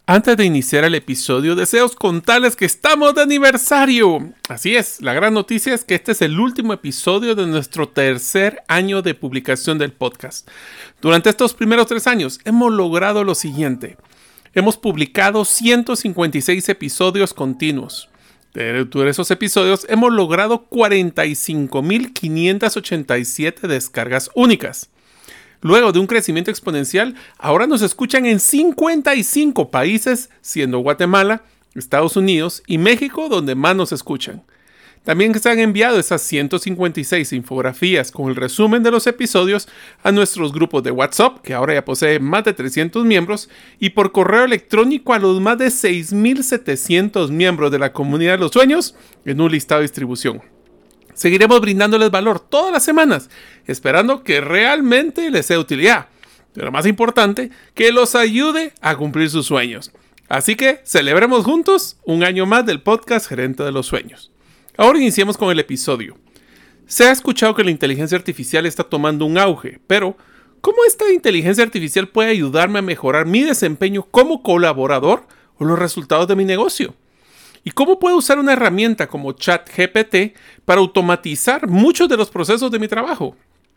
Antes de iniciar el episodio, deseo contarles que estamos de aniversario. Así es, la gran noticia es que este es el último episodio de nuestro tercer año de publicación del podcast. Durante estos primeros 3 años hemos logrado lo siguiente. Hemos publicado 156 episodios continuos. De esos episodios hemos logrado 45.587 descargas únicas. Luego de un crecimiento exponencial, ahora nos escuchan en 55 países, siendo Guatemala, Estados Unidos y México donde más nos escuchan. También se han enviado esas 156 infografías con el resumen de los episodios a nuestros grupos de WhatsApp, que ahora ya posee más de 300 miembros, y por correo electrónico a los más de 6.700 miembros de la comunidad de los sueños en un listado de distribución. Seguiremos brindándoles valor todas las semanas, esperando que realmente les sea de utilidad. Pero más importante, que los ayude a cumplir sus sueños. Así que celebremos juntos un año más del podcast Gerente de los Sueños. Ahora iniciemos con el episodio. Se ha escuchado que la inteligencia artificial está tomando un auge, pero ¿cómo esta inteligencia artificial puede ayudarme a mejorar mi desempeño como colaborador o los resultados de mi negocio? ¿Y cómo puedo usar una herramienta como ChatGPT para automatizar muchos de los procesos de mi trabajo?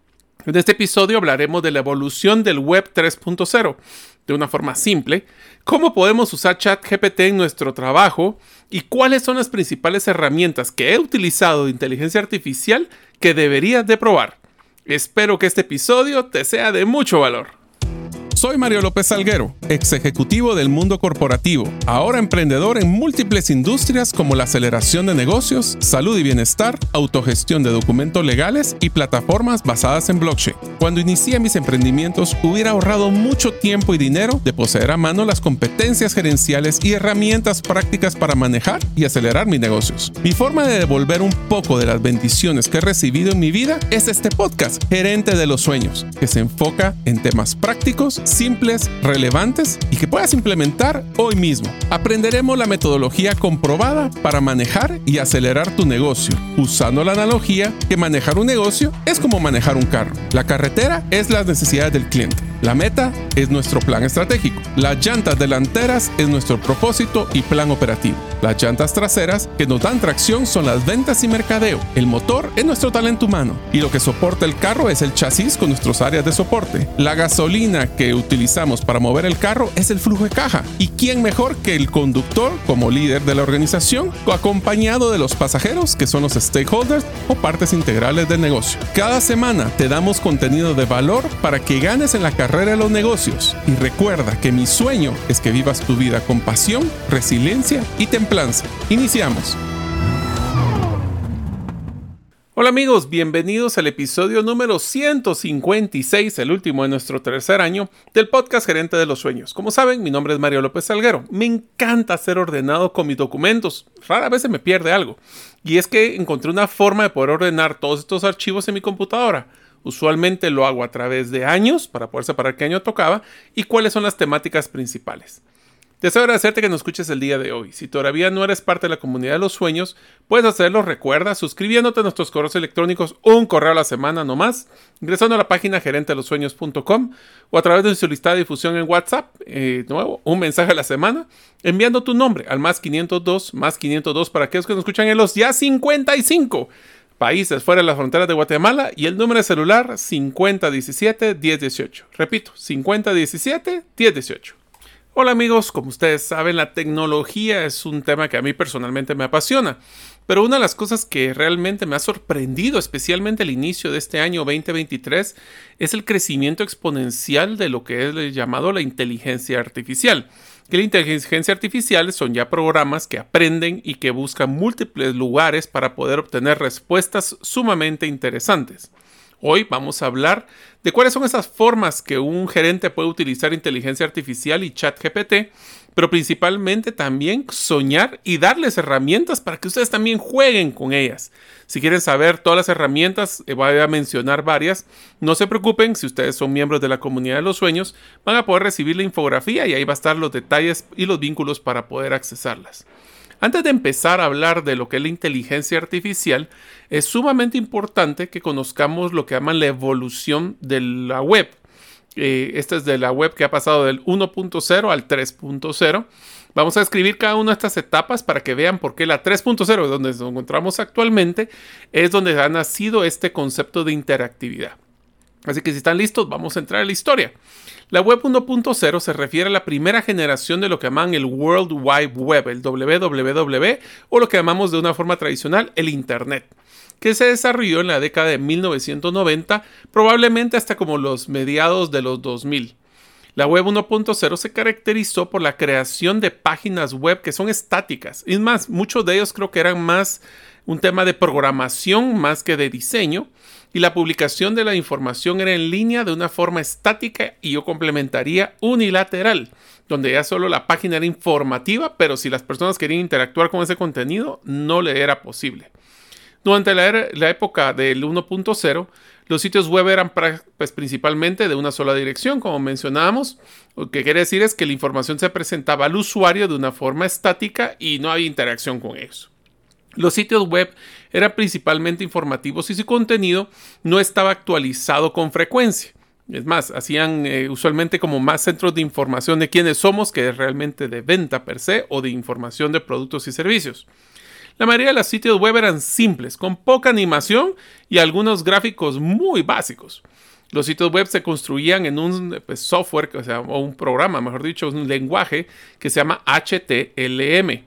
En este episodio hablaremos de la evolución del Web 3.0 de una forma simple, cómo podemos usar ChatGPT en nuestro trabajo y cuáles son las principales herramientas que he utilizado de inteligencia artificial que deberías de probar. Espero que este episodio te sea de mucho valor. Soy Mario López Salguero, ex ejecutivo del mundo corporativo, ahora emprendedor en múltiples industrias como la aceleración de negocios, salud y bienestar, autogestión de documentos legales y plataformas basadas en blockchain. Cuando inicié mis emprendimientos hubiera ahorrado mucho tiempo y dinero de poseer a mano las competencias gerenciales y herramientas prácticas para manejar y acelerar mis negocios. Mi forma de devolver un poco de las bendiciones que he recibido en mi vida es este podcast, Gerente de los Sueños, que se enfoca en temas prácticos, simples, relevantes y que puedas implementar hoy mismo. Aprenderemos la metodología comprobada para manejar y acelerar tu negocio, usando la analogía que manejar un negocio es como manejar un carro. La carretera es las necesidades del cliente. La meta es nuestro plan estratégico. Las llantas delanteras es nuestro propósito y plan operativo. Las llantas traseras que nos dan tracción son las ventas y mercadeo. El motor es nuestro talento humano y lo que soporta el carro es el chasis con nuestras áreas de soporte. La gasolina que utilizamos para mover el carro es el flujo de caja. ¿Y quién mejor que el conductor como líder de la organización, acompañado de los pasajeros que son los stakeholders o partes integrales del negocio? Cada semana te damos contenido de valor para que ganes en la carrera de los negocios. Y recuerda que mi sueño es que vivas tu vida con pasión, resiliencia y templanza. Iniciamos. Hola amigos, bienvenidos al episodio número 156, el último de nuestro tercer año del podcast Gerente de los Sueños. Como saben, mi nombre es Mario López Salguero. Me encanta ser ordenado con mis documentos. Rara vez se me pierde algo. Y es que encontré una forma de poder ordenar todos estos archivos en mi computadora. Usualmente lo hago a través de años para poder separar qué año tocaba y cuáles son las temáticas principales. Deseo agradecerte que nos escuches el día de hoy. Si todavía no eres parte de la comunidad de los sueños, puedes hacerlo, recuerda, suscribiéndote a nuestros correos electrónicos, un correo a la semana no más, ingresando a la página gerentedelosueños.com o a través de su lista de difusión en WhatsApp, un mensaje a la semana, enviando tu nombre al más 502 para aquellos que nos escuchan en los ya 55 países fuera de las fronteras de Guatemala y el número de celular 5017-1018. Repito, 5017-1018. Hola amigos, como ustedes saben, la tecnología es un tema que a mí personalmente me apasiona. Pero una de las cosas que realmente me ha sorprendido, especialmente al inicio de este año 2023, es el crecimiento exponencial de lo que es llamado la inteligencia artificial. Que la inteligencia artificial son ya programas que aprenden y que buscan múltiples lugares para poder obtener respuestas sumamente interesantes. Hoy vamos a hablar de cuáles son esas formas que un gerente puede utilizar inteligencia artificial y ChatGPT, pero principalmente también soñar y darles herramientas para que ustedes también jueguen con ellas. Si quieren saber todas las herramientas, voy a mencionar varias. No se preocupen, si ustedes son miembros de la comunidad de los sueños, van a poder recibir la infografía y ahí va a estar los detalles y los vínculos para poder accesarlas. Antes de empezar a hablar de lo que es la inteligencia artificial, es sumamente importante que conozcamos lo que llaman la evolución de la web. Esta es de la web que ha pasado del 1.0 al 3.0. Vamos a describir cada una de estas etapas para que vean por qué la 3.0, donde nos encontramos actualmente, es donde ha nacido este concepto de interactividad. Así que si están listos, vamos a entrar a la historia. La web 1.0 se refiere a la primera generación de lo que llaman el World Wide Web, el WWW, o lo que llamamos de una forma tradicional el Internet, que se desarrolló en la década de 1990, probablemente hasta como los mediados de los 2000. La web 1.0 se caracterizó por la creación de páginas web que son estáticas. Es más, muchos de ellos creo que eran más un tema de programación más que de diseño. Y la publicación de la información era en línea de una forma estática y yo complementaría unilateral, donde ya solo la página era informativa, pero si las personas querían interactuar con ese contenido, no le era posible. Durante la época del 1.0, los sitios web eran principalmente de una sola dirección, como mencionábamos. Lo que quiere decir es que la información se presentaba al usuario de una forma estática y no había interacción con ellos. Los sitios web eran principalmente informativos y su contenido no estaba actualizado con frecuencia. Es más, hacían usualmente como más centros de información de quiénes somos que realmente de venta per se o de información de productos y servicios. La mayoría de los sitios web eran simples, con poca animación y algunos gráficos muy básicos. Los sitios web se construían en un software, o un programa, mejor dicho, un lenguaje que se llama HTML.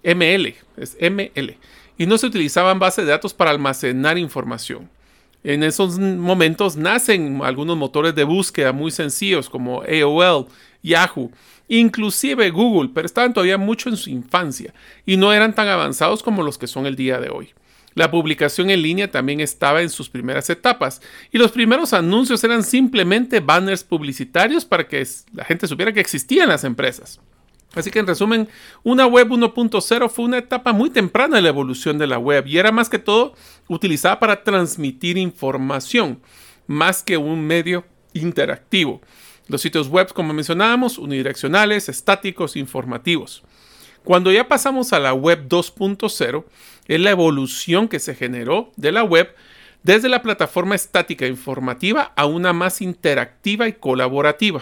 Es ML. Y no se utilizaban bases de datos para almacenar información. En esos momentos nacen algunos motores de búsqueda muy sencillos como AOL, Yahoo, inclusive Google, pero estaban todavía mucho en su infancia y no eran tan avanzados como los que son el día de hoy. La publicación en línea también estaba en sus primeras etapas y los primeros anuncios eran simplemente banners publicitarios para que la gente supiera que existían las empresas. Así que en resumen, una web 1.0 fue una etapa muy temprana de la evolución de la web y era más que todo utilizada para transmitir información, más que un medio interactivo. Los sitios web, como mencionábamos, unidireccionales, estáticos, informativos. Cuando ya pasamos a la web 2.0, es la evolución que se generó de la web desde la plataforma estática informativa a una más interactiva y colaborativa.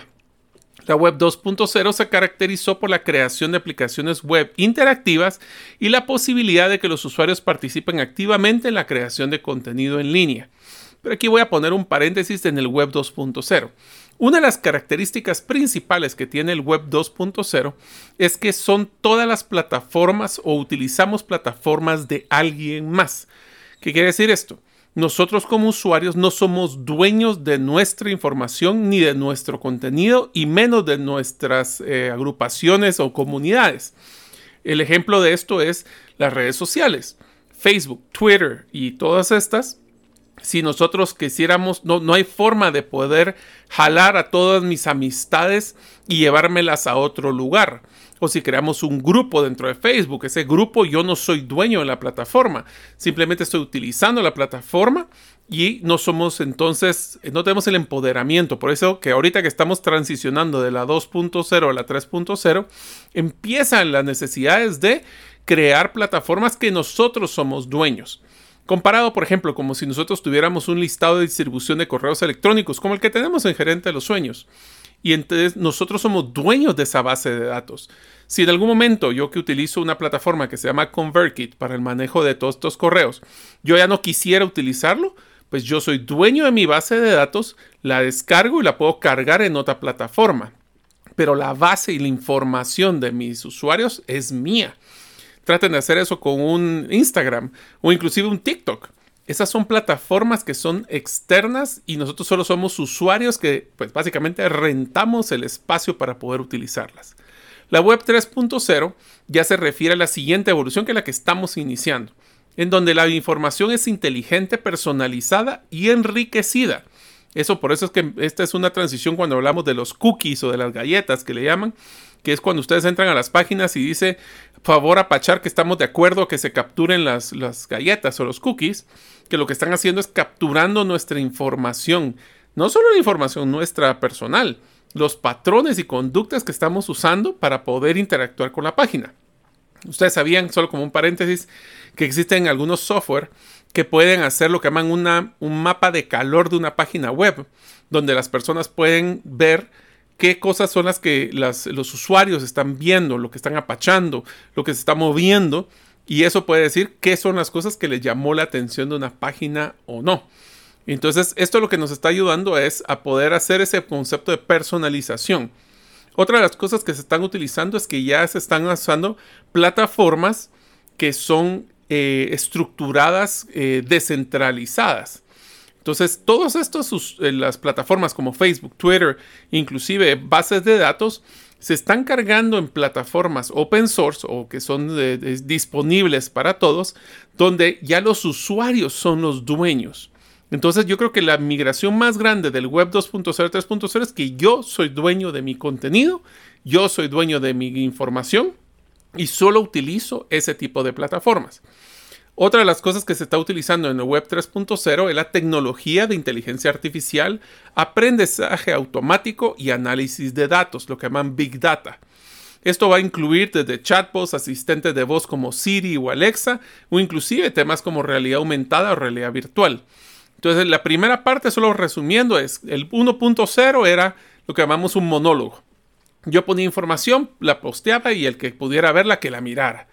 La web 2.0 se caracterizó por la creación de aplicaciones web interactivas y la posibilidad de que los usuarios participen activamente en la creación de contenido en línea. Pero aquí voy a poner un paréntesis en el web 2.0. Una de las características principales que tiene el web 2.0 es que son todas las plataformas o utilizamos plataformas de alguien más. ¿Qué quiere decir esto? Nosotros como usuarios no somos dueños de nuestra información ni de nuestro contenido y menos de nuestras agrupaciones o comunidades. El ejemplo de esto es las redes sociales, Facebook, Twitter y todas estas. Si nosotros quisiéramos, no hay forma de poder jalar a todas mis amistades y llevármelas a otro lugar. O si creamos un grupo dentro de Facebook, ese grupo yo no soy dueño de la plataforma. Simplemente estoy utilizando la plataforma y no somos entonces, no tenemos el empoderamiento. Por eso que ahorita que estamos transicionando de la 2.0 a la 3.0, empiezan las necesidades de crear plataformas que nosotros somos dueños. Comparado, por ejemplo, como si nosotros tuviéramos un listado de distribución de correos electrónicos, como el que tenemos en Gerente de los Sueños. Y entonces nosotros somos dueños de esa base de datos. Si en algún momento yo que utilizo una plataforma que se llama ConvertKit para el manejo de todos estos correos, yo ya no quisiera utilizarlo, pues yo soy dueño de mi base de datos, la descargo y la puedo cargar en otra plataforma. Pero la base y la información de mis usuarios es mía. Traten de hacer eso con un Instagram o inclusive un TikTok. Esas son plataformas que son externas y nosotros solo somos usuarios que pues básicamente rentamos el espacio para poder utilizarlas. La web 3.0 ya se refiere a la siguiente evolución que es la que estamos iniciando, en donde la información es inteligente, personalizada y enriquecida. Por eso es que esta es una transición cuando hablamos de los cookies o de las galletas que le llaman, que es cuando ustedes entran a las páginas y dice favor apachar que estamos de acuerdo que se capturen las galletas o los cookies, que lo que están haciendo es capturando nuestra información, no solo la información nuestra personal, los patrones y conductas que estamos usando para poder interactuar con la página. Ustedes sabían, solo como un paréntesis, que existen algunos software que pueden hacer lo que llaman un mapa de calor de una página web, donde las personas pueden ver qué cosas son las que los usuarios están viendo, lo que están apachando, lo que se está moviendo, y eso puede decir qué son las cosas que les llamó la atención de una página o no. Entonces, esto lo que nos está ayudando es a poder hacer ese concepto de personalización. Otra de las cosas que se están utilizando es que ya se están usando plataformas que son estructuradas, descentralizadas. Entonces, todas las plataformas como Facebook, Twitter, inclusive bases de datos, se están cargando en plataformas open source o que son disponibles para todos, donde ya los usuarios son los dueños. Entonces, yo creo que la migración más grande del web 2.0 a 3.0 es que yo soy dueño de mi contenido, yo soy dueño de mi información y solo utilizo ese tipo de plataformas. Otra de las cosas que se está utilizando en el web 3.0 es la tecnología de inteligencia artificial, aprendizaje automático y análisis de datos, lo que llaman Big Data. Esto va a incluir desde chatbots, asistentes de voz como Siri o Alexa, o inclusive temas como realidad aumentada o realidad virtual. Entonces, la primera parte, solo resumiendo, es el 1.0 era lo que llamamos un monólogo. Yo ponía información, la posteaba y el que pudiera verla, que la mirara.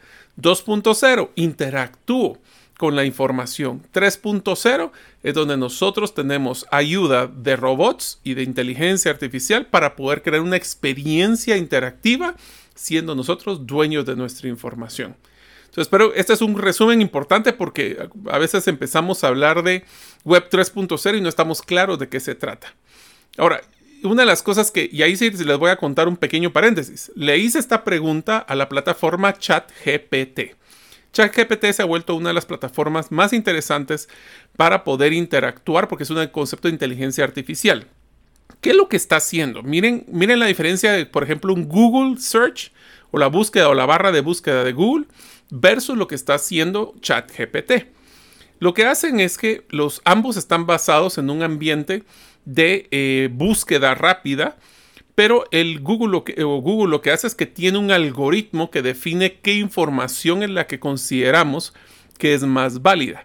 2.0, interactúo con la información. 3.0 es donde nosotros tenemos ayuda de robots y de inteligencia artificial para poder crear una experiencia interactiva siendo nosotros dueños de nuestra información. Entonces, pero este es un resumen importante porque a veces empezamos a hablar de Web 3.0 y no estamos claros de qué se trata. Ahora, una de las cosas y ahí sí les voy a contar un pequeño paréntesis. Le hice esta pregunta a la plataforma ChatGPT. ChatGPT se ha vuelto una de las plataformas más interesantes para poder interactuar porque es un concepto de inteligencia artificial. ¿Qué es lo que está haciendo? Miren la diferencia de, por ejemplo, un Google Search o la búsqueda o la barra de búsqueda de Google versus lo que está haciendo ChatGPT. Lo que hacen es que ambos están basados en un ambiente de búsqueda rápida, pero Google lo que hace es que tiene un algoritmo que define qué información es la que consideramos que es más válida.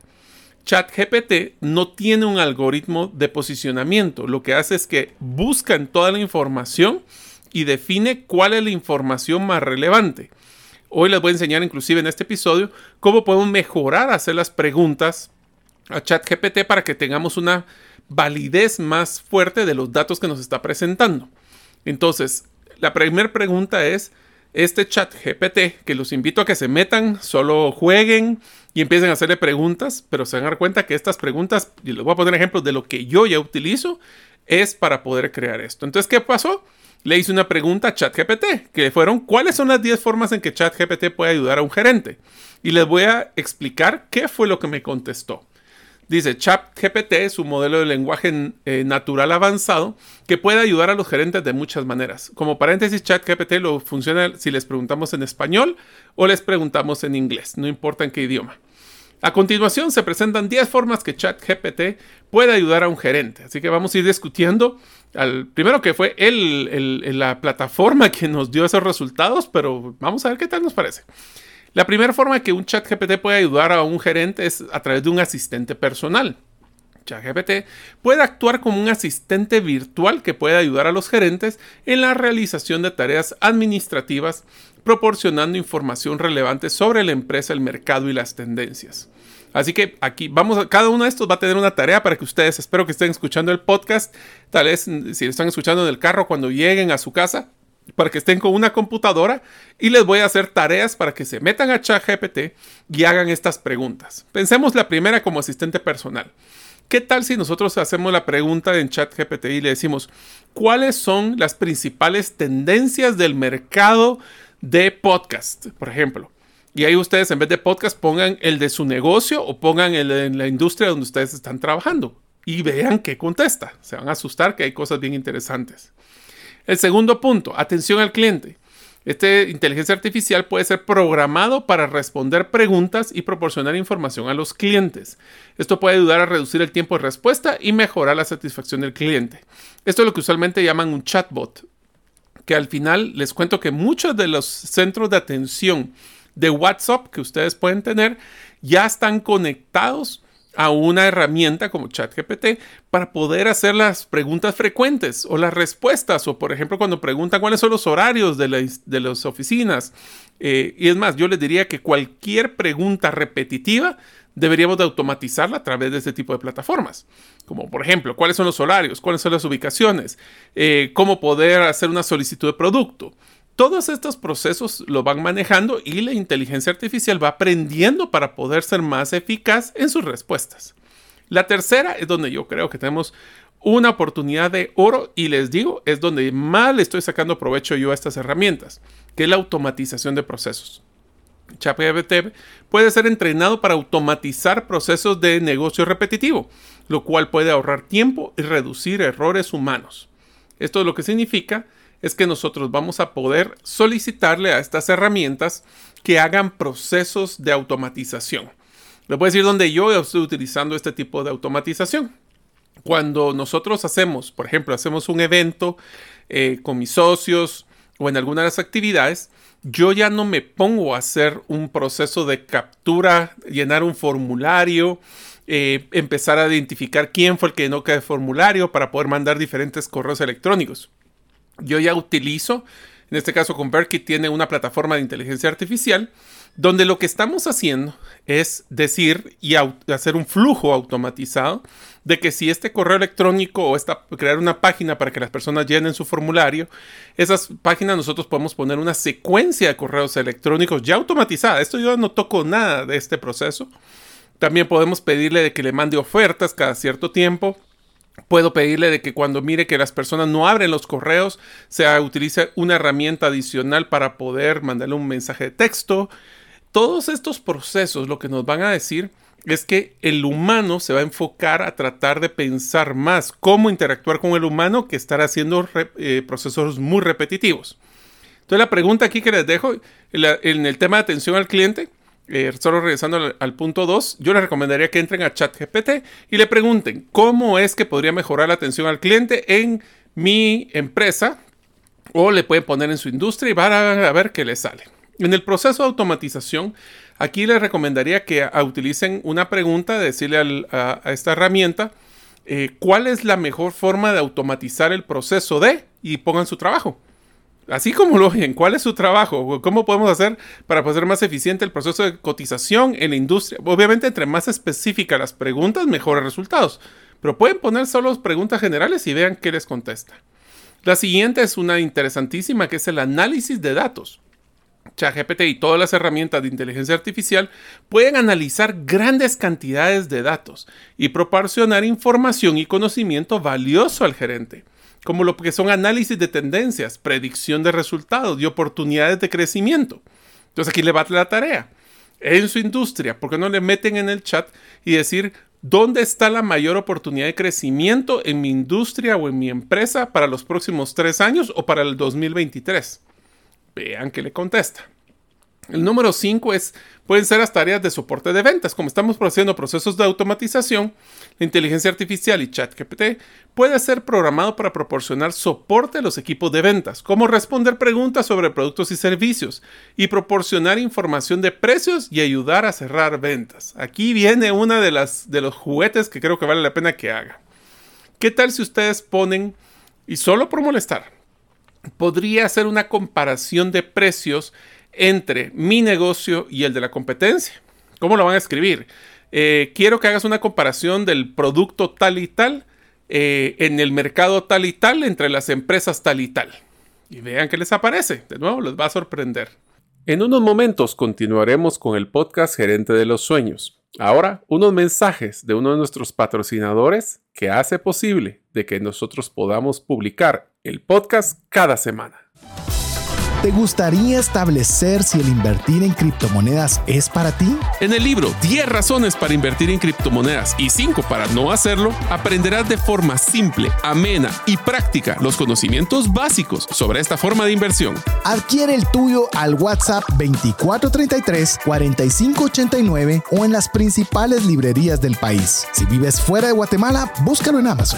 ChatGPT no tiene un algoritmo de posicionamiento. Lo que hace es que busca en toda la información y define cuál es la información más relevante. Hoy les voy a enseñar inclusive en este episodio cómo podemos mejorar hacer las preguntas a ChatGPT para que tengamos una validez más fuerte de los datos que nos está presentando. Entonces, la primera pregunta es, este ChatGPT, que los invito a que se metan, solo jueguen y empiecen a hacerle preguntas, pero se van a dar cuenta que estas preguntas, y les voy a poner ejemplos de lo que yo ya utilizo, es para poder crear esto. Entonces, ¿qué pasó? Le hice una pregunta a ChatGPT, que fueron, ¿cuáles son las 10 formas en que ChatGPT puede ayudar a un gerente? Y les voy a explicar qué fue lo que me contestó. Dice, ChatGPT es un modelo de lenguaje natural avanzado que puede ayudar a los gerentes de muchas maneras. Como paréntesis, ChatGPT funciona si les preguntamos en español o les preguntamos en inglés, no importa en qué idioma. A continuación se presentan 10 formas que ChatGPT puede ayudar a un gerente. Así que vamos a ir discutiendo primero que fue la plataforma que nos dio esos resultados, pero vamos a ver qué tal nos parece. La primera forma que un ChatGPT puede ayudar a un gerente es a través de un asistente personal. ChatGPT puede actuar como un asistente virtual que puede ayudar a los gerentes en la realización de tareas administrativas, proporcionando información relevante sobre la empresa, el mercado y las tendencias. Así que aquí cada uno de estos va a tener una tarea para que ustedes, espero que estén escuchando el podcast, tal vez si lo están escuchando en el carro cuando lleguen a su casa, para que estén con una computadora y les voy a hacer tareas para que se metan a ChatGPT y hagan estas preguntas. Pensemos la primera como asistente personal. ¿Qué tal si nosotros hacemos la pregunta en ChatGPT y le decimos cuáles son las principales tendencias del mercado de podcast, por ejemplo? Y ahí ustedes en vez de podcast pongan el de su negocio o pongan el en la industria donde ustedes están trabajando y vean qué contesta. Se van a asustar que hay cosas bien interesantes. El segundo punto, atención al cliente. Inteligencia artificial puede ser programado para responder preguntas y proporcionar información a los clientes. Esto puede ayudar a reducir el tiempo de respuesta y mejorar la satisfacción del cliente. Esto es lo que usualmente llaman un chatbot, que al final les cuento que muchos de los centros de atención de WhatsApp que ustedes pueden tener ya están conectados a una herramienta como ChatGPT para poder hacer las preguntas frecuentes o las respuestas, o por ejemplo cuando preguntan cuáles son los horarios de las oficinas. Y es más, yo les diría que cualquier pregunta repetitiva deberíamos de automatizarla a través de este tipo de plataformas. Como por ejemplo, ¿cuáles son los horarios? ¿Cuáles son las ubicaciones? ¿Cómo poder hacer una solicitud de producto? Todos estos procesos lo van manejando y la inteligencia artificial va aprendiendo para poder ser más eficaz en sus respuestas. La tercera es donde yo creo que tenemos una oportunidad de oro y les digo, es donde más le estoy sacando provecho yo a estas herramientas, que es la automatización de procesos. ChatGPT puede ser entrenado para automatizar procesos de negocio repetitivo, lo cual puede ahorrar tiempo y reducir errores humanos. Esto lo que significa es que nosotros vamos a poder solicitarle a estas herramientas que hagan procesos de automatización. Les voy a decir dónde yo estoy utilizando este tipo de automatización. Cuando nosotros hacemos, por ejemplo, hacemos un evento con mis socios o en alguna de las actividades, yo ya no me pongo a hacer un proceso de captura, llenar un formulario, empezar a identificar quién fue el que llenó cada formulario para poder mandar diferentes correos electrónicos. Yo ya utilizo, en este caso ConvertKit tiene una plataforma de inteligencia artificial donde lo que estamos haciendo es decir y hacer un flujo automatizado de que si este correo electrónico o crear una página para que las personas llenen su formulario, esas páginas nosotros podemos poner una secuencia de correos electrónicos ya automatizada. Esto yo no toco nada de este proceso. También podemos pedirle de que le mande ofertas cada cierto tiempo. Puedo pedirle de que cuando mire que las personas no abren los correos, se utilice una herramienta adicional para poder mandarle un mensaje de texto. Todos estos procesos lo que nos van a decir es que el humano se va a enfocar a tratar de pensar más cómo interactuar con el humano que estar haciendo procesos muy repetitivos. Entonces la pregunta aquí que les dejo en el tema de atención al cliente, solo regresando al punto 2, yo les recomendaría que entren a ChatGPT y le pregunten cómo es que podría mejorar la atención al cliente en mi empresa, o le pueden poner en su industria y van a ver qué les sale. En el proceso de automatización, aquí les recomendaría que utilicen una pregunta, de decirle a esta herramienta cuál es la mejor forma de automatizar el proceso y pongan su trabajo. Así como lo oyen, ¿cuál es su trabajo? ¿Cómo podemos hacer para hacer más eficiente el proceso de cotización en la industria? Obviamente, entre más específicas las preguntas, mejores resultados. Pero pueden poner solo preguntas generales y vean qué les contesta. La siguiente es una interesantísima, que es el análisis de datos. ChatGPT y todas las herramientas de inteligencia artificial pueden analizar grandes cantidades de datos y proporcionar información y conocimiento valioso al gerente, como lo que son análisis de tendencias, predicción de resultados y oportunidades de crecimiento. Entonces aquí le va la tarea. En su industria, ¿por qué no le meten en el chat y decir dónde está la mayor oportunidad de crecimiento en mi industria o en mi empresa para los próximos 3 años o para el 2023? Vean qué le contesta. El número 5 pueden ser las tareas de soporte de ventas. Como estamos haciendo procesos de automatización, la inteligencia artificial y ChatGPT puede ser programado para proporcionar soporte a los equipos de ventas, como responder preguntas sobre productos y servicios y proporcionar información de precios y ayudar a cerrar ventas. Aquí viene una de los juguetes que creo que vale la pena que haga. ¿Qué tal si ustedes ponen, y solo por molestar, podría hacer una comparación de precios entre mi negocio y el de la competencia? ¿Cómo lo van a escribir? Quiero que hagas una comparación del producto tal y tal en el mercado tal y tal entre las empresas tal y tal. Y vean qué les aparece. De nuevo, les va a sorprender. En unos momentos continuaremos con el podcast Gerente de los Sueños. Ahora, unos mensajes de uno de nuestros patrocinadores que hace posible de que nosotros podamos publicar el podcast cada semana. ¿Te gustaría establecer si el invertir en criptomonedas es para ti? En el libro 10 razones para invertir en criptomonedas y 5 para no hacerlo, aprenderás de forma simple, amena y práctica los conocimientos básicos sobre esta forma de inversión. Adquiere el tuyo al WhatsApp 2433-4589 o en las principales librerías del país. Si vives fuera de Guatemala, búscalo en Amazon.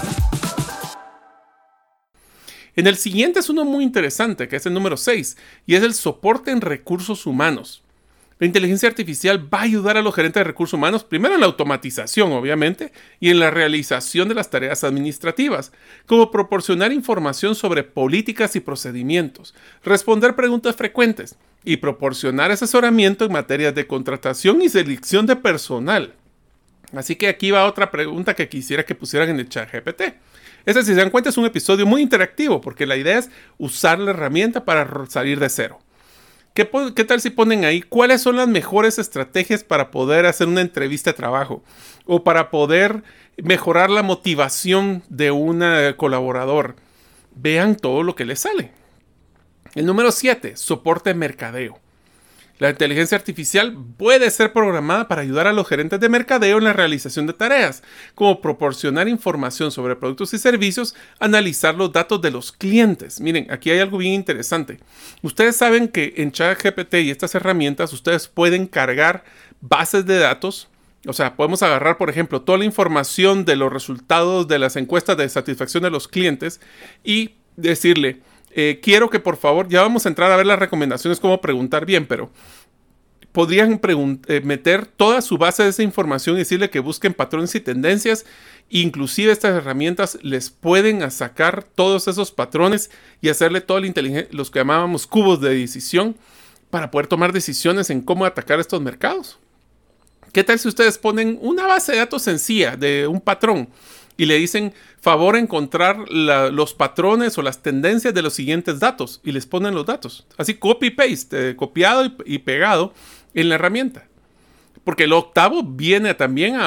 En el siguiente es uno muy interesante, que es el número 6, y es el soporte en recursos humanos. La inteligencia artificial va a ayudar a los gerentes de recursos humanos, primero en la automatización, obviamente, y en la realización de las tareas administrativas, como proporcionar información sobre políticas y procedimientos, responder preguntas frecuentes y proporcionar asesoramiento en materias de contratación y selección de personal. Así que aquí va otra pregunta que quisiera que pusieran en el chat GPT. Este, si se dan cuenta, es un episodio muy interactivo, porque la idea es usar la herramienta para salir de cero. ¿Qué tal si ponen ahí cuáles son las mejores estrategias para poder hacer una entrevista de trabajo? O para poder mejorar la motivación de un colaborador. Vean todo lo que les sale. El número 7, soporte de mercadeo. La inteligencia artificial puede ser programada para ayudar a los gerentes de mercadeo en la realización de tareas, como proporcionar información sobre productos y servicios, analizar los datos de los clientes. Miren, aquí hay algo bien interesante. Ustedes saben que en ChatGPT y estas herramientas ustedes pueden cargar bases de datos. O sea, podemos agarrar, por ejemplo, toda la información de los resultados de las encuestas de satisfacción de los clientes y decirle: quiero que por favor, ya vamos a entrar a ver las recomendaciones, cómo preguntar bien, pero podrían meter toda su base de esa información y decirle que busquen patrones y tendencias. Inclusive estas herramientas les pueden sacar todos esos patrones y hacerle toda la inteligencia, los que llamábamos cubos de decisión, para poder tomar decisiones en cómo atacar estos mercados. ¿Qué tal si ustedes ponen una base de datos sencilla de un patrón y le dicen: favor encontrar los patrones o las tendencias de los siguientes datos, y les ponen los datos? Así, copy-paste, copiado y pegado en la herramienta. Porque el octavo viene también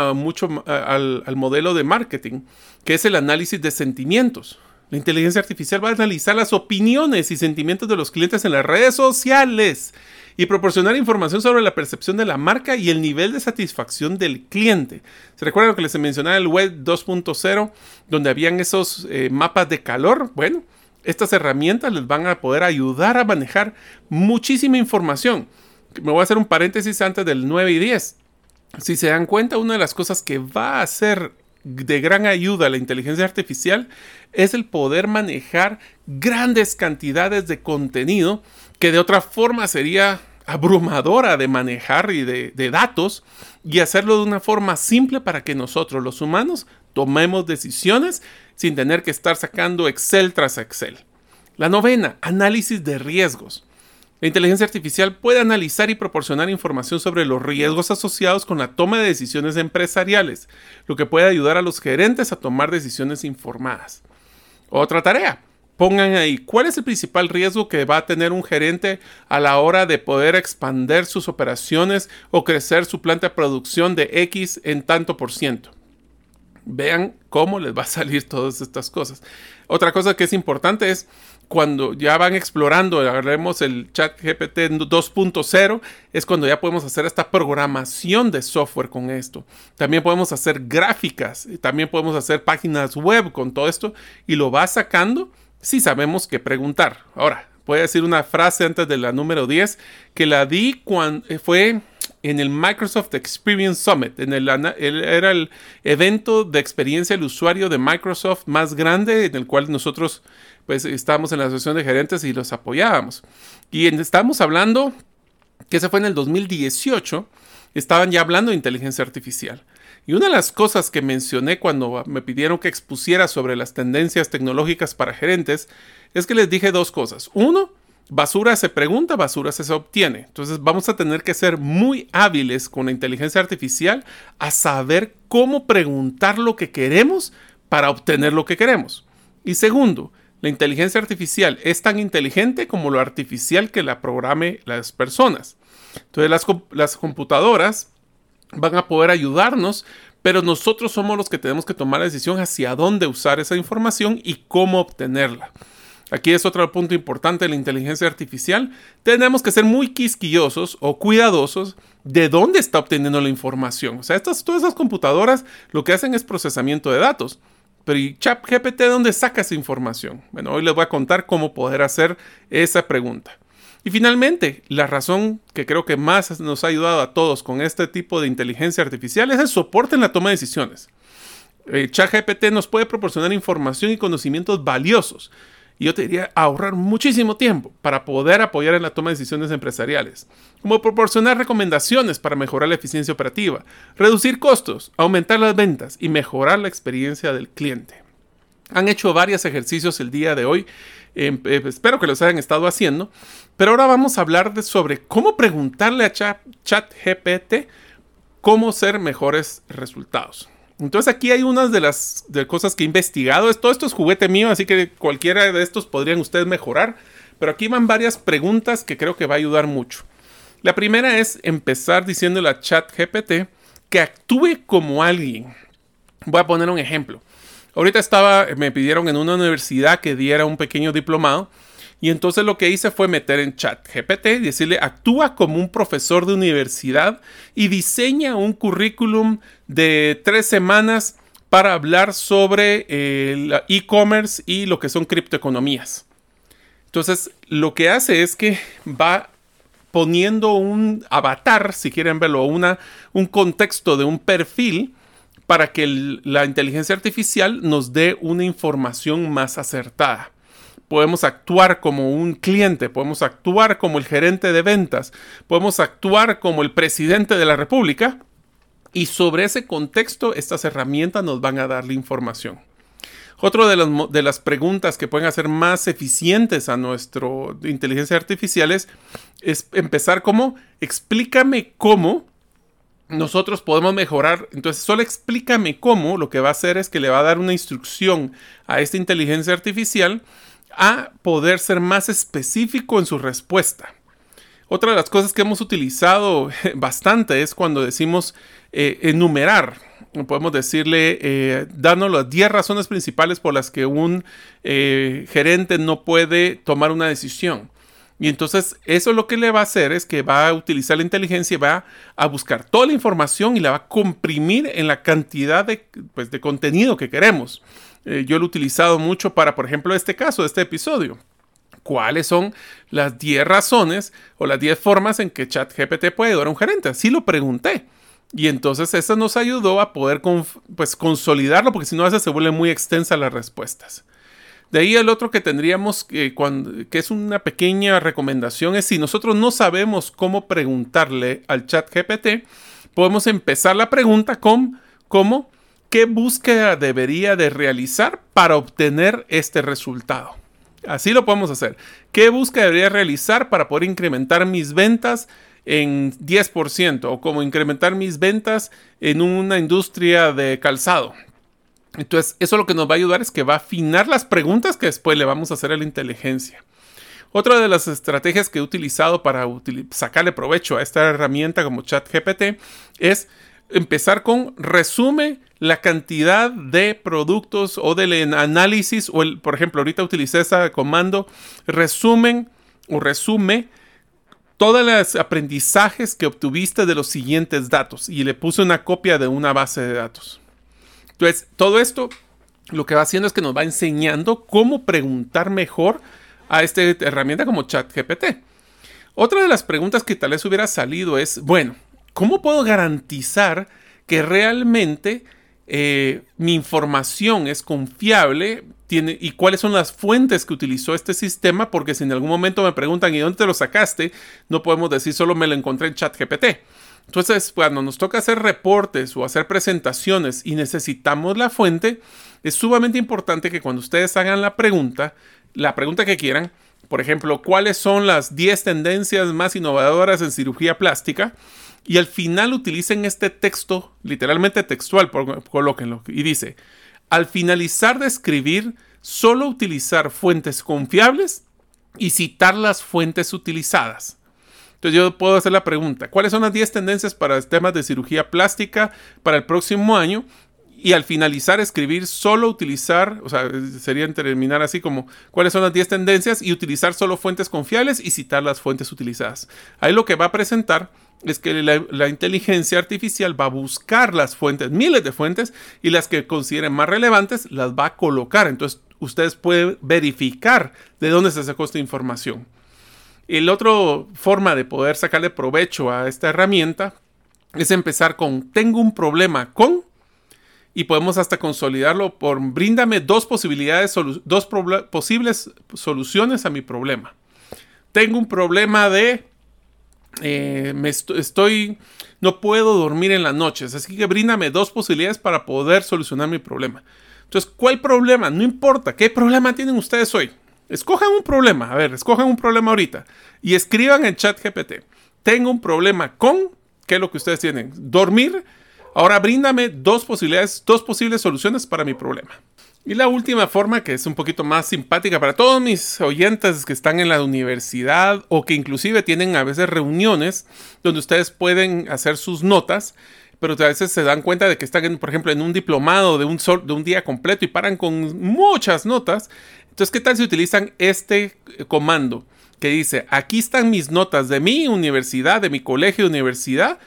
al modelo de marketing, que es el análisis de sentimientos. La inteligencia artificial va a analizar las opiniones y sentimientos de los clientes en las redes sociales y proporcionar información sobre la percepción de la marca y el nivel de satisfacción del cliente. ¿Se recuerdan lo que les mencionaba el web 2.0, donde habían esos mapas de calor? Bueno, estas herramientas les van a poder ayudar a manejar muchísima información. Me voy a hacer un paréntesis antes del 9 y 10. Si se dan cuenta, una de las cosas que va a ser de gran ayuda a la inteligencia artificial es el poder manejar grandes cantidades de contenido que de otra forma sería abrumadora de manejar y de datos, y hacerlo de una forma simple para que nosotros, los humanos, tomemos decisiones sin tener que estar sacando Excel tras Excel. La novena, análisis de riesgos. La inteligencia artificial puede analizar y proporcionar información sobre los riesgos asociados con la toma de decisiones empresariales, lo que puede ayudar a los gerentes a tomar decisiones informadas. Otra tarea. Pongan ahí, ¿cuál es el principal riesgo que va a tener un gerente a la hora de poder expandir sus operaciones o crecer su planta de producción de X en tanto %? Vean cómo les va a salir todas estas cosas. Otra cosa que es importante es, cuando ya van explorando, agarremos el ChatGPT 2.0, es cuando ya podemos hacer esta programación de software con esto. También podemos hacer gráficas, también podemos hacer páginas web con todo esto, y lo va sacando si sabemos qué preguntar. Ahora, voy a decir una frase antes de la número 10, que la di cuando fue en el Microsoft Experience Summit. Era el evento de experiencia del usuario de Microsoft más grande, en el cual nosotros pues estábamos en la asociación de gerentes y los apoyábamos. Y estábamos hablando, que ese fue en el 2018, estaban ya hablando de inteligencia artificial. Y una de las cosas que mencioné cuando me pidieron que expusiera sobre las tendencias tecnológicas para gerentes, es que les dije dos cosas. Uno, basura se pregunta, basura se obtiene. Entonces vamos a tener que ser muy hábiles con la inteligencia artificial a saber cómo preguntar lo que queremos para obtener lo que queremos. Y segundo, la inteligencia artificial es tan inteligente como lo artificial que la programe las personas. Entonces las computadoras van a poder ayudarnos, pero nosotros somos los que tenemos que tomar la decisión hacia dónde usar esa información y cómo obtenerla. Aquí es otro punto importante de la inteligencia artificial. Tenemos que ser muy quisquillosos o cuidadosos de dónde está obteniendo la información. O sea, todas esas computadoras lo que hacen es procesamiento de datos. Pero ¿y ChatGPT dónde saca esa información? Bueno, hoy les voy a contar cómo poder hacer esa pregunta. Y finalmente, la razón que creo que más nos ha ayudado a todos con este tipo de inteligencia artificial es el soporte en la toma de decisiones. ChatGPT nos puede proporcionar información y conocimientos valiosos. y yo te diría ahorrar muchísimo tiempo para poder apoyar en la toma de decisiones empresariales, como proporcionar recomendaciones para mejorar la eficiencia operativa, reducir costos, aumentar las ventas y mejorar la experiencia del cliente. Han hecho varios ejercicios el día de hoy, espero que los hayan estado haciendo, pero ahora vamos a hablar sobre cómo preguntarle a ChatGPT cómo ser mejores resultados. Entonces aquí hay unas de las cosas que he investigado. Todo esto es juguete mío, así que cualquiera de estos podrían ustedes mejorar. Pero aquí van varias preguntas que creo que va a ayudar mucho. La primera es empezar diciéndole a ChatGPT que actúe como alguien. Voy a poner un ejemplo. Ahorita me pidieron en una universidad que diera un pequeño diplomado. Y entonces lo que hice fue meter en ChatGPT y decirle, actúa como un profesor de universidad y diseña un currículum de 3 semanas para hablar sobre el e-commerce y lo que son criptoeconomías. Entonces, lo que hace es que va poniendo un avatar, si quieren verlo, un contexto de un perfil para que la inteligencia artificial nos dé una información más acertada. Podemos actuar como un cliente, podemos actuar como el gerente de ventas, podemos actuar como el presidente de la República y sobre ese contexto estas herramientas nos van a dar la información. Otra de las preguntas que pueden hacer más eficientes a nuestra inteligencia artificial es empezar como, explícame cómo nosotros podemos mejorar. Entonces, solo explícame cómo, lo que va a hacer es que le va a dar una instrucción a esta inteligencia artificial a poder ser más específico en su respuesta. Otra de las cosas que hemos utilizado bastante es cuando decimos enumerar. Podemos decirle, danos las 10 razones principales por las que un gerente no puede tomar una decisión. Y entonces eso lo que le va a hacer es que va a utilizar la inteligencia y va a buscar toda la información y la va a comprimir en la cantidad de contenido que queremos. Yo lo he utilizado mucho para, por ejemplo, este caso, este episodio. ¿Cuáles son las 10 razones o las 10 formas en que ChatGPT puede ayudar a un gerente? Así lo pregunté. Y entonces eso nos ayudó a poder consolidarlo, porque si no a veces se vuelven muy extensas las respuestas. De ahí el otro que tendríamos, que es una pequeña recomendación, es si nosotros no sabemos cómo preguntarle al ChatGPT, podemos empezar la pregunta con ¿cómo? ¿Qué búsqueda debería de realizar para obtener este resultado? Así lo podemos hacer. ¿Qué búsqueda debería realizar para poder incrementar mis ventas en 10%? O como incrementar mis ventas en una industria de calzado. Entonces, eso lo que nos va a ayudar es que va a afinar las preguntas que después le vamos a hacer a la inteligencia. Otra de las estrategias que he utilizado para sacarle provecho a esta herramienta como ChatGPT es empezar con resume la cantidad de productos o del análisis, por ejemplo, ahorita utilicé ese comando, resume todos los aprendizajes que obtuviste de los siguientes datos y le puse una copia de una base de datos. Entonces, todo esto lo que va haciendo es que nos va enseñando cómo preguntar mejor a esta herramienta como ChatGPT. Otra de las preguntas que tal vez hubiera salido es, bueno, ¿cómo puedo garantizar que realmente mi información es confiable y cuáles son las fuentes que utilizó este sistema? Porque si en algún momento me preguntan ¿y dónde te lo sacaste? No podemos decir solo me lo encontré en ChatGPT. Entonces, cuando nos toca hacer reportes o hacer presentaciones y necesitamos la fuente, es sumamente importante que cuando ustedes hagan la pregunta que quieran, por ejemplo, ¿cuáles son las 10 tendencias más innovadoras en cirugía plástica? Y al final utilicen este texto, literalmente textual, colóquenlo, y dice, al finalizar de escribir, solo utilizar fuentes confiables y citar las fuentes utilizadas. Entonces yo puedo hacer la pregunta, ¿cuáles son las 10 tendencias para temas de cirugía plástica para el próximo año? Y al finalizar escribir, solo utilizar, o sea, sería terminar así como, ¿cuáles son las 10 tendencias? Y utilizar solo fuentes confiables y citar las fuentes utilizadas. Ahí lo que va a presentar es que la inteligencia artificial va a buscar las fuentes, miles de fuentes, y las que consideren más relevantes las va a colocar. Entonces ustedes pueden verificar de dónde se sacó esta información. La otra forma de poder sacarle provecho a esta herramienta es empezar con tengo un problema con, y podemos hasta consolidarlo por bríndame dos posibles soluciones a mi problema. Tengo un problema de no puedo dormir en las noches, así que bríndame dos posibilidades para poder solucionar mi problema. Entonces, ¿cuál problema? No importa, ¿qué problema tienen ustedes hoy? Escojan un problema, escojan un problema ahorita y escriban en ChatGPT. Tengo un problema con, ¿qué es lo que ustedes tienen? Dormir. Ahora bríndame dos posibles soluciones para mi problema. Y la última forma, que es un poquito más simpática para todos mis oyentes que están en la universidad o que inclusive tienen a veces reuniones donde ustedes pueden hacer sus notas, pero a veces se dan cuenta de que están, por ejemplo, en un diplomado de un día completo y paran con muchas notas. Entonces, ¿qué tal si utilizan este comando que dice, aquí están mis notas de mi universidad, de mi colegio de universidad,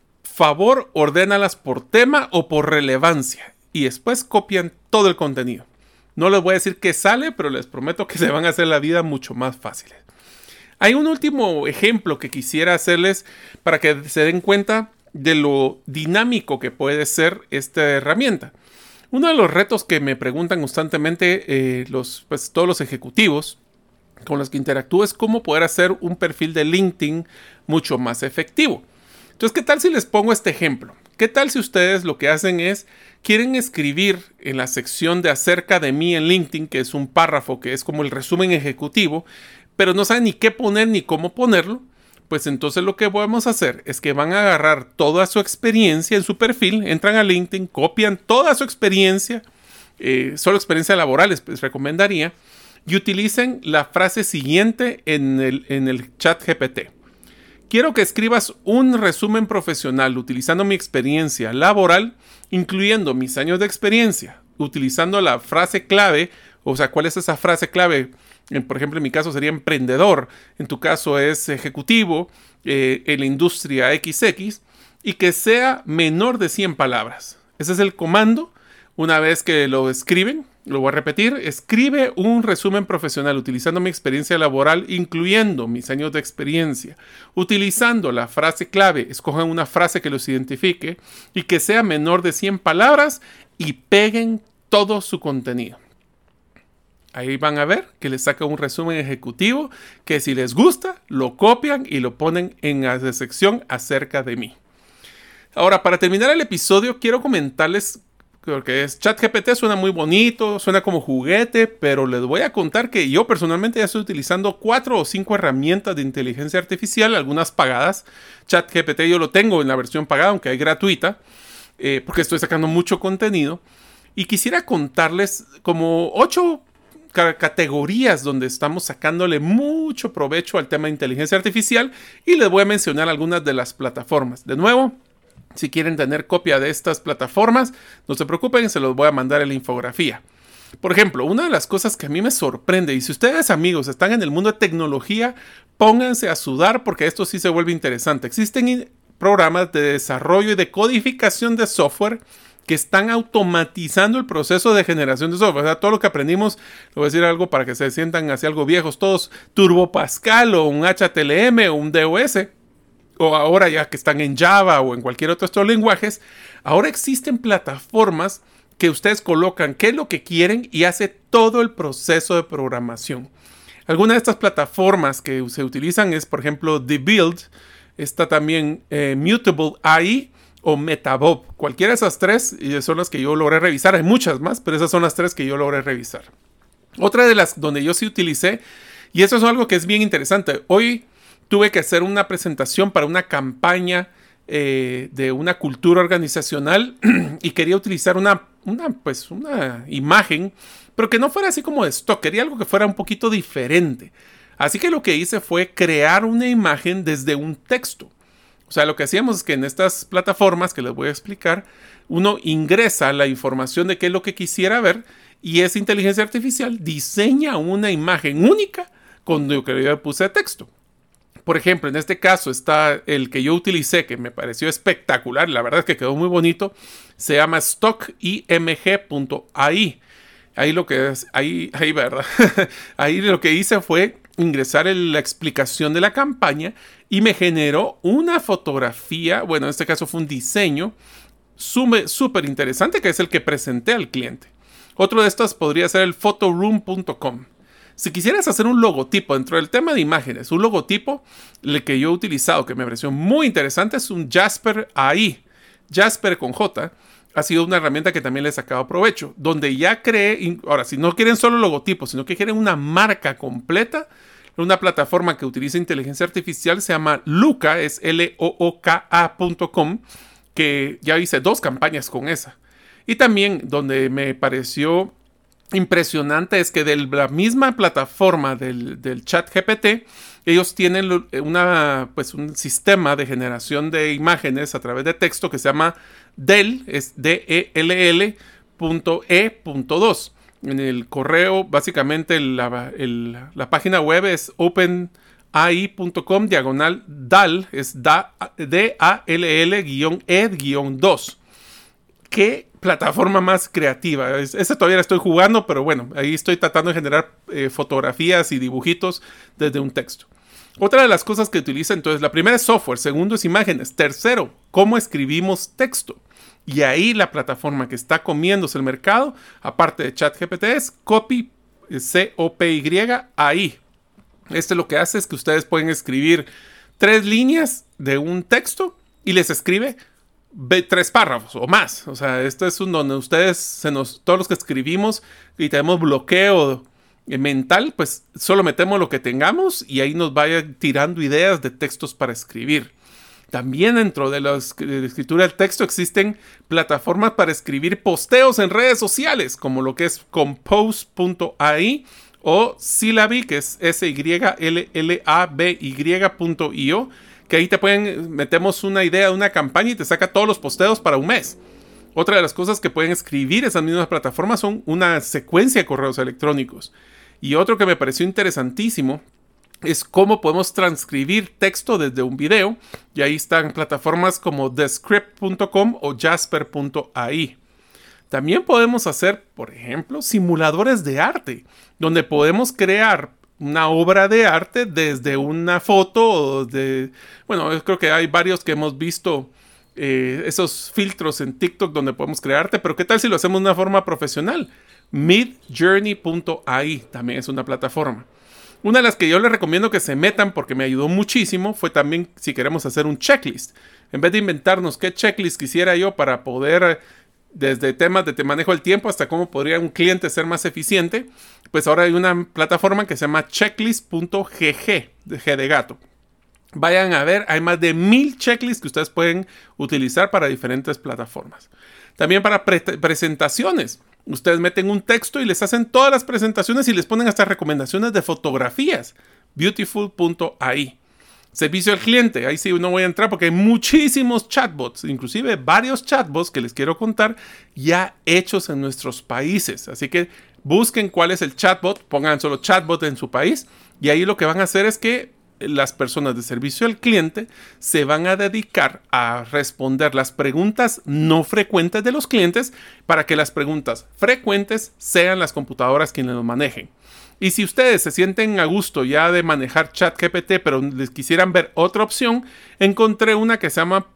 favor, ordénalas por tema o por relevancia? Y después copian todo el contenido. No les voy a decir qué sale, pero les prometo que se van a hacer la vida mucho más fácil. Hay un último ejemplo que quisiera hacerles para que se den cuenta de lo dinámico que puede ser esta herramienta. Uno de los retos que me preguntan constantemente todos los ejecutivos con los que interactúo es cómo poder hacer un perfil de LinkedIn mucho más efectivo. Entonces, ¿qué tal si les pongo este ejemplo? ¿Qué tal si ustedes lo que hacen es, quieren escribir en la sección de acerca de mí en LinkedIn, que es un párrafo que es como el resumen ejecutivo, pero no saben ni qué poner ni cómo ponerlo? Pues entonces lo que podemos hacer es que van a agarrar toda su experiencia en su perfil, entran a LinkedIn, copian toda su experiencia, solo experiencia laboral les recomendaría, y utilicen la frase siguiente en el chat GPT. Quiero que escribas un resumen profesional utilizando mi experiencia laboral, incluyendo mis años de experiencia, utilizando la frase clave, o sea, ¿cuál es esa frase clave? Por ejemplo, en mi caso sería emprendedor, en tu caso es ejecutivo, en la industria XX, y que sea menor de 100 palabras. Ese es el comando. Una vez que lo escriben, lo voy a repetir, escribe un resumen profesional utilizando mi experiencia laboral, incluyendo mis años de experiencia, utilizando la frase clave, escojan una frase que los identifique y que sea menor de 100 palabras y peguen todo su contenido. Ahí van a ver que les saca un resumen ejecutivo que si les gusta, lo copian y lo ponen en la sección acerca de mí. Ahora, para terminar el episodio, quiero comentarles que ChatGPT suena muy bonito, suena como juguete, pero les voy a contar que yo personalmente ya estoy utilizando 4 o 5 herramientas de inteligencia artificial, algunas pagadas. ChatGPT yo lo tengo en la versión pagada, aunque hay gratuita, porque estoy sacando mucho contenido. Y quisiera contarles como 8 categorías donde estamos sacándole mucho provecho al tema de inteligencia artificial y les voy a mencionar algunas de las plataformas. De nuevo, si quieren tener copia de estas plataformas, no se preocupen, se los voy a mandar en la infografía. Por ejemplo, una de las cosas que a mí me sorprende, y si ustedes amigos están en el mundo de tecnología, pónganse a sudar porque esto sí se vuelve interesante. Existen programas de desarrollo y de codificación de software que están automatizando el proceso de generación de software. O sea, todo lo que aprendimos, le voy a decir algo para que se sientan hacia algo viejos, todos Turbo Pascal o un HTML o un DOS, o ahora ya que están en Java o en cualquier otro de estos lenguajes, ahora existen plataformas que ustedes colocan qué es lo que quieren y hace todo el proceso de programación. Algunas de estas plataformas que se utilizan es, por ejemplo, The Build, está también Mutable AI o Metabob. Cualquiera de esas tres son las que yo logré revisar. Hay muchas más, pero esas son las tres que yo logré revisar. Otra de las donde yo sí utilicé, y eso es algo que es bien interesante. Hoy tuve que hacer una presentación para una campaña de una cultura organizacional y quería utilizar una imagen, pero que no fuera así como de stock. Quería algo que fuera un poquito diferente. Así que lo que hice fue crear una imagen desde un texto. O sea, lo que hacíamos es que en estas plataformas que les voy a explicar, uno ingresa la información de qué es lo que quisiera ver y esa inteligencia artificial diseña una imagen única con lo que yo puse de texto. Por ejemplo, en este caso está el que yo utilicé, que me pareció espectacular, la verdad es que quedó muy bonito, se llama stockimg.ai. Ahí lo que es, ¿verdad? Ahí lo que hice fue ingresar la explicación de la campaña y me generó una fotografía, bueno, en este caso fue un diseño súper interesante, que es el que presenté al cliente. Otro de estos podría ser el photoroom.com. Si quisieras hacer un logotipo dentro del tema de imágenes, un logotipo, el que yo he utilizado, que me pareció muy interesante, es un Jasper AI. Jasper con J. Ha sido una herramienta que también le he sacado provecho, donde ya creé. Ahora, si no quieren solo logotipos, sino que quieren una marca completa, una plataforma que utiliza inteligencia artificial se llama Looka, es looka.com, que ya hice 2 campañas con esa. Y también donde me pareció impresionante es que de la misma plataforma del ChatGPT, ellos tienen un sistema de generación de imágenes a través de texto que se llama DELL, es DELL.E.2. En el correo, básicamente la página web es openai.com/DALL, es DALL-E-2. ¿Qué plataforma más creativa? Esa todavía la estoy jugando, pero bueno, ahí estoy tratando de generar fotografías y dibujitos desde un texto. Otra de las cosas que utiliza, entonces, la primera es software, segundo es imágenes, tercero, cómo escribimos texto. Y ahí la plataforma que está comiéndose el mercado, aparte de ChatGPT, es Copy, C-O-P-Y-A-I. Lo que hace es que ustedes pueden escribir 3 líneas de un texto y les escribe 3 párrafos o más. O sea, esto es donde ustedes, todos los que escribimos y tenemos bloqueo mental, pues solo metemos lo que tengamos y ahí nos vaya tirando ideas de textos para escribir. También dentro de la escritura del texto existen plataformas para escribir posteos en redes sociales, como lo que es Compose.ai o Syllaby, que es SYLLABY.io, que ahí metemos una idea de una campaña y te saca todos los posteos para un mes. Otra de las cosas que pueden escribir esas mismas plataformas son una secuencia de correos electrónicos. Y otro que me pareció interesantísimo es cómo podemos transcribir texto desde un video. Y ahí están plataformas como Descript.com o Jasper.ai. También podemos hacer, por ejemplo, simuladores de arte, donde podemos crear una obra de arte desde una foto. Yo creo que hay varios que hemos visto esos filtros en TikTok donde podemos crear arte, pero ¿qué tal si lo hacemos de una forma profesional? Midjourney.ai también es una plataforma. Una de las que yo les recomiendo que se metan porque me ayudó muchísimo fue también si queremos hacer un checklist. En vez de inventarnos qué checklist quisiera yo para poder, desde temas de manejo del tiempo hasta cómo podría un cliente ser más eficiente, pues ahora hay una plataforma que se llama checklist.gg, de G de gato. Vayan a ver, hay más de 1000 checklists que ustedes pueden utilizar para diferentes plataformas. También para presentaciones. Ustedes meten un texto y les hacen todas las presentaciones y les ponen hasta recomendaciones de fotografías. Beautiful.ai. Servicio al cliente. Ahí sí no voy a entrar porque hay muchísimos chatbots, inclusive varios chatbots que les quiero contar ya hechos en nuestros países. Así que busquen cuál es el chatbot, pongan solo chatbot en su país y ahí lo que van a hacer es que las personas de servicio al cliente se van a dedicar a responder las preguntas no frecuentes de los clientes para que las preguntas frecuentes sean las computadoras quienes los manejen. Y si ustedes se sienten a gusto ya de manejar ChatGPT, pero les quisieran ver otra opción, encontré una que se llama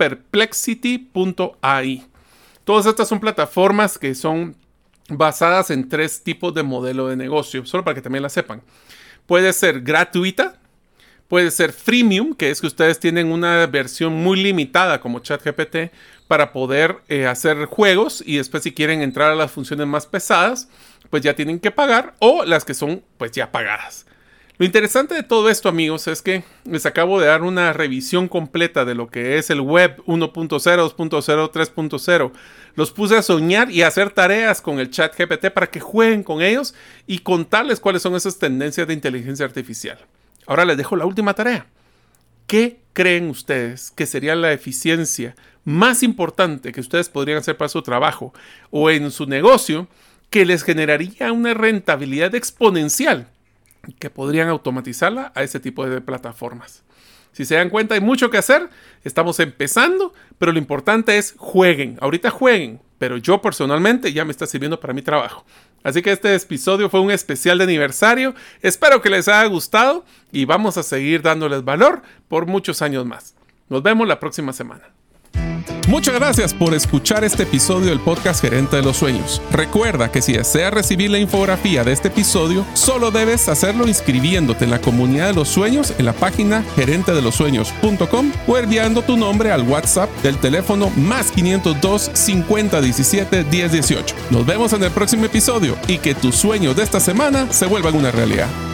Perplexity.ai. Todas estas son plataformas que son basadas en 3 tipos de modelo de negocio, solo para que también la sepan. Puede ser gratuita. Puede ser freemium, que es que ustedes tienen una versión muy limitada como ChatGPT para poder hacer juegos y después si quieren entrar a las funciones más pesadas, pues ya tienen que pagar o las que son pues ya pagadas. Lo interesante de todo esto, amigos, es que les acabo de dar una revisión completa de lo que es el web 1.0, 2.0, 3.0. Los puse a soñar y a hacer tareas con el ChatGPT para que jueguen con ellos y contarles cuáles son esas tendencias de inteligencia artificial. Ahora les dejo la última tarea. ¿Qué creen ustedes que sería la eficiencia más importante que ustedes podrían hacer para su trabajo o en su negocio que les generaría una rentabilidad exponencial que podrían automatizarla a ese tipo de plataformas? Si se dan cuenta, hay mucho que hacer. Estamos empezando, pero lo importante es jueguen. Ahorita jueguen, pero yo personalmente ya me está sirviendo para mi trabajo. Así que este episodio fue un especial de aniversario. Espero que les haya gustado y vamos a seguir dándoles valor por muchos años más. Nos vemos la próxima semana. Muchas gracias por escuchar este episodio del podcast Gerente de los Sueños. Recuerda que si deseas recibir la infografía de este episodio, solo debes hacerlo inscribiéndote en la comunidad de los sueños en la página gerentedelosueños.com o enviando tu nombre al WhatsApp del teléfono más 502 50 17 10 18. Nos vemos en el próximo episodio y que tus sueños de esta semana se vuelvan una realidad.